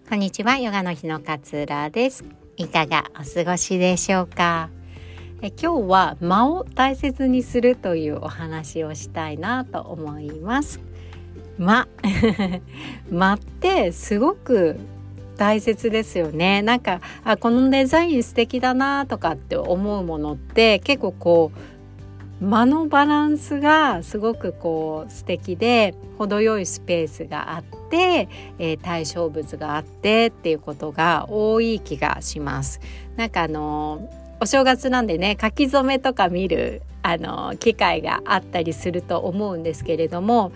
こんにちは、ヨガの日の勝浦です。いかがお過ごしでしょうか。今日は間を大切にするというお話をしたいなと思います。間ってすごく大切ですよね。このデザイン素敵だなとかって思うものって結構間のバランスがすごく素敵で、程よいスペースがあって、対象物があってっていうことが多い気がします。お正月なんでね、書き初めとか見る機会があったりすると思うんですけれども、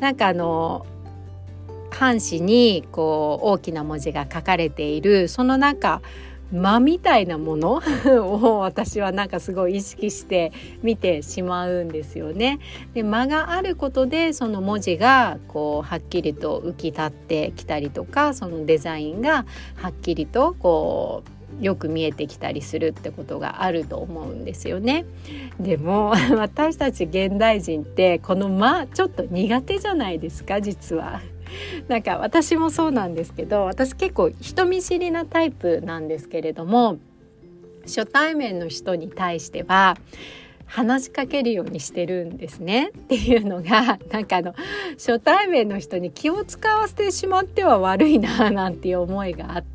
半紙に大きな文字が書かれているその間みたいなものを私はすごい意識して見てしまうんですよね。で、間があることでその文字がはっきりと浮き立ってきたりとか、そのデザインがはっきりとよく見えてきたりするってことがあると思うんですよね。でも私たち現代人ってこの間ちょっと苦手じゃないですか、実は。私もそうなんですけど、私結構人見知りなタイプなんですけれども、初対面の人に対しては話しかけるようにしてるんですね。っていうのが初対面の人に気を使わせてしまっては悪いななんていう思いがあって、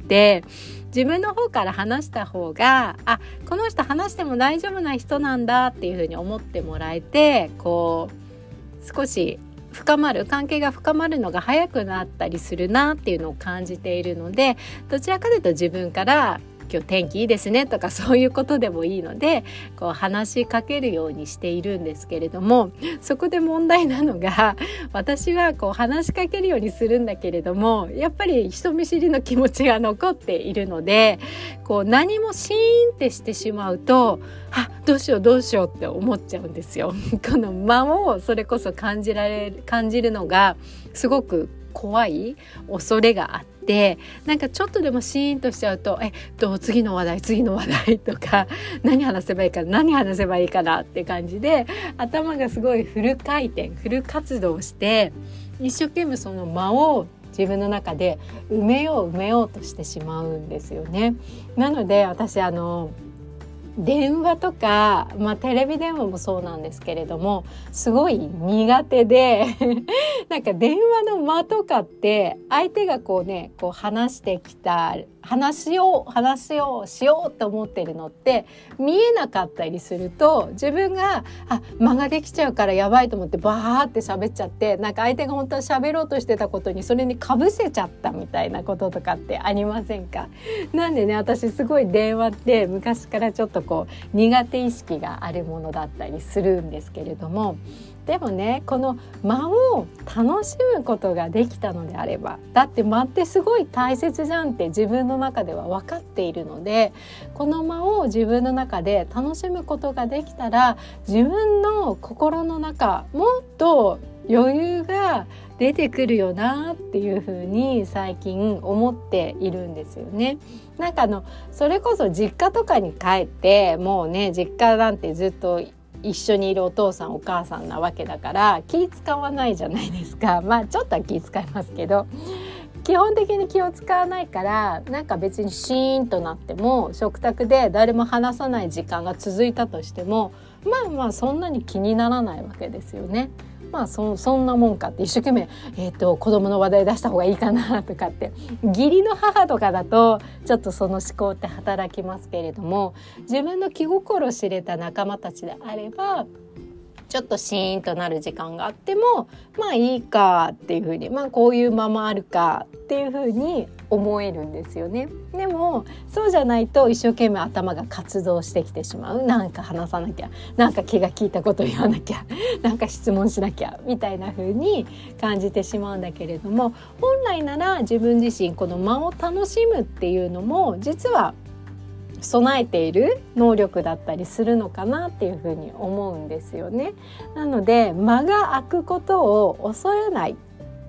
自分の方から話した方が、この人話しても大丈夫な人なんだっていうふうに思ってもらえて、少し関係が深まるのが早くなったりするなっていうのを感じているので、どちらかというと自分から今日天気いいですねとかそういうことでもいいので話しかけるようにしているんですけれども、そこで問題なのが、私は話しかけるようにするんだけれども、やっぱり人見知りの気持ちが残っているので、何もシーンってしてしまうと、どうしようって思っちゃうんですよ。この間をそれこそ感じるのがすごく怖い恐れがあって、ちょっとでもシーンとしちゃうと次の話題とか何話せばいいかなって感じで、頭がすごいフル活動して一生懸命その間を自分の中で埋めようとしてしまうんですよね。なので私電話とか、テレビ電話もそうなんですけれども、すごい苦手で電話の間とかって相手が話してきた話しようと思ってるのって見えなかったりすると、自分が間ができちゃうからやばいと思ってバーって喋っちゃって、相手が本当は喋ろうとしてたことにそれにかぶせちゃったみたいなこととかってありませんか？なんでね、私すごい電話って昔からちょっと苦手意識があるものだったりするんですけれども、でもね、この間を楽しむことができたのであれば、だって間ってすごい大切じゃんって自分の中では分かっているので、この間を自分の中で楽しむことができたら、自分の心の中もっと余裕が出てくるよなっていうふうに最近思っているんですよね。それこそ実家とかに帰って、もうね、実家なんてずっと一緒にいるお父さんお母さんなわけだから気使わないじゃないですか。ちょっとは気使いますけど、基本的に気を使わないから、別にシーンとなっても、食卓で誰も話さない時間が続いたとしてもそんなに気にならないわけですよね。そんなもんかって一生懸命、子供の話題出した方がいいかなとかって、義理の母とかだとちょっとその思考って働きますけれども、自分の気心知れた仲間たちであればちょっとシーンとなる時間があってもいいかっていうふうに、こういう間もあるかっていうふうに思えるんですよね。でもそうじゃないと一生懸命頭が活動してきてしまう。話さなきゃ、気が利いたこと言わなきゃ、質問しなきゃみたいな風に感じてしまうんだけれども、本来なら自分自身この間を楽しむっていうのも実は備えている能力だったりするのかなっていうふうに思うんですよね。なので間が空くことを恐れないっ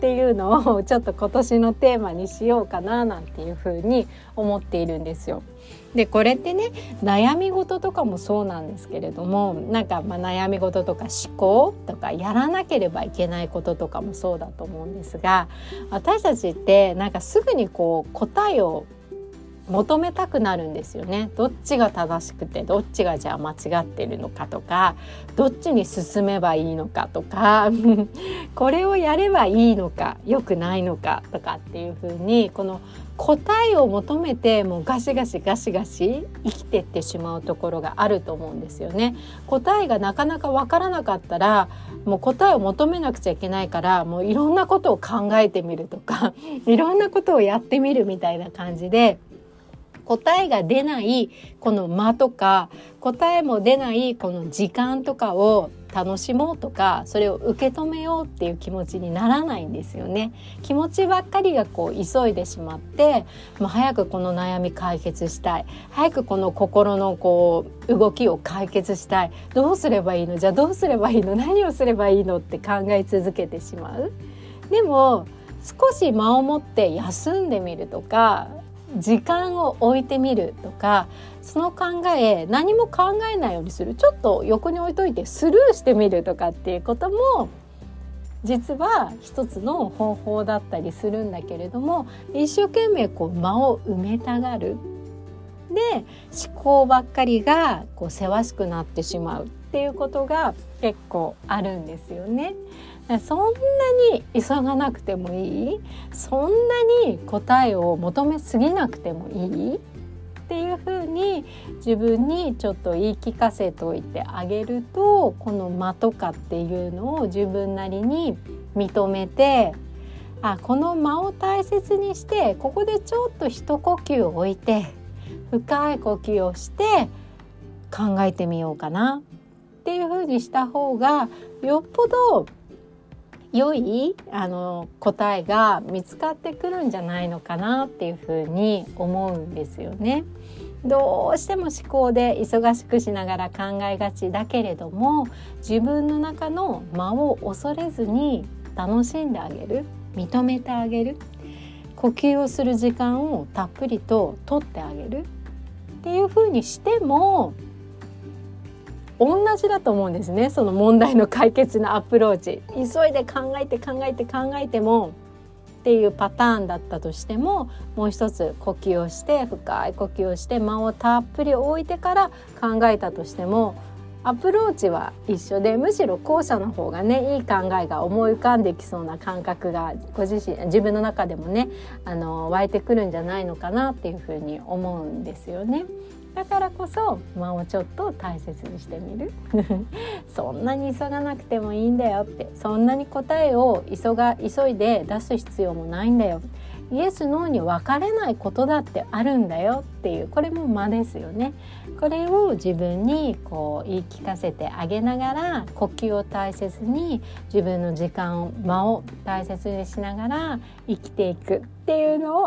っていうのをちょっと今年のテーマにしようかななんていうふうに思っているんですよ。でこれってね、悩み事とかもそうなんですけれども、なんか悩み事とか思考とかやらなければいけないこととかもそうだと思うんですが、私たちってなんかすぐにこう答えを求めたくなるんですよね。どっちが正しくてどっちがじゃあ間違ってるのかとか、どっちに進めばいいのかとかこれをやればいいのか良くないのかとかっていう風に、この答えを求めてもうガシガシ生きてってしまうところがあると思うんですよね。答えがなかなか分からなかったら、もう答えを求めなくちゃいけないから、もういろんなことを考えてみるとかいろんなことをやってみるみたいな感じで、答えが出ないこの間とか、答えも出ないこの時間とかを楽しもうとか、それを受け止めようっていう気持ちにならないんですよね。気持ちばっかりがこう急いでしまって、もう早くこの悩み解決したい、早くこの心のこう動きを解決したい、どうすればいいの、じゃあどうすればいいの、何をすればいいのって考え続けてしまう。でも少し間を持って休んでみるとか、時間を置いてみるとか、その考え何も考えないようにする、ちょっと横に置いといてスルーしてみるとかっていうことも実は一つの方法だったりするんだけれども、一生懸命こう間を埋めたがる、で思考ばっかりがこうせわしくなってしまうっていうことが結構あるんですよね。そんなに急がなくてもいい、そんなに答えを求めすぎなくてもいいっていうふうに自分にちょっと言い聞かせておいてあげると、この間とかっていうのを自分なりに認めて、この間を大切にして、ここでちょっと一呼吸を置いて深い呼吸をして考えてみようかなっていうふうにした方がよっぽど良い答えが見つかってくるんじゃないのかなっていうふうに思うんですよね。どうしても思考で忙しくしながら考えがちだけれども、自分の中の間を恐れずに楽しんであげる、認めてあげる、呼吸をする時間をたっぷりと取ってあげるっていうふうにしても同じだと思うんですね。その問題の解決のアプローチ、急いで考えてもっていうパターンだったとしても、もう一つ呼吸をして、深い呼吸をして間をたっぷり置いてから考えたとしても、アプローチは一緒で、むしろ後者の方がね、いい考えが思い浮かんできそうな感覚が自分の中でもね湧いてくるんじゃないのかなっていうふうに思うんですよね。だからこそ間をちょっと大切にしてみるそんなに急がなくてもいいんだよって、そんなに答えを急いで出す必要もないんだよ、イエスノーに分かれないことだってあるんだよっていう、これも間ですよね。これを自分にこう言い聞かせてあげながら、呼吸を大切に、自分の時間を間を大切にしながら生きていくっていうのを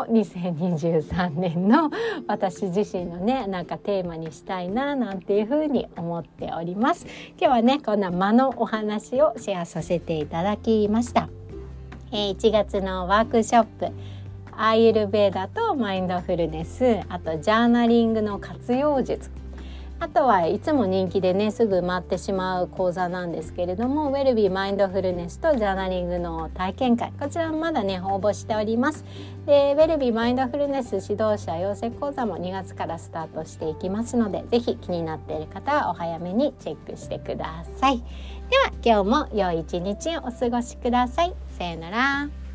2023年の私自身のねなんかテーマにしたいななんていうふうに思っております。今日はねこんな間のお話をシェアさせていただきました。1月のワークショップ、アーユルヴェーダとマインドフルネス、あとジャーナリングの活用術、あとはいつも人気でねすぐ埋まってしまう講座なんですけれども、ウェルビーマインドフルネスとジャーナリングの体験会、こちらもまだね応募しております。でウェルビーマインドフルネス指導者養成講座も2月からスタートしていきますので、ぜひ気になっている方はお早めにチェックしてください。では今日も良い一日をお過ごしください。さよなら。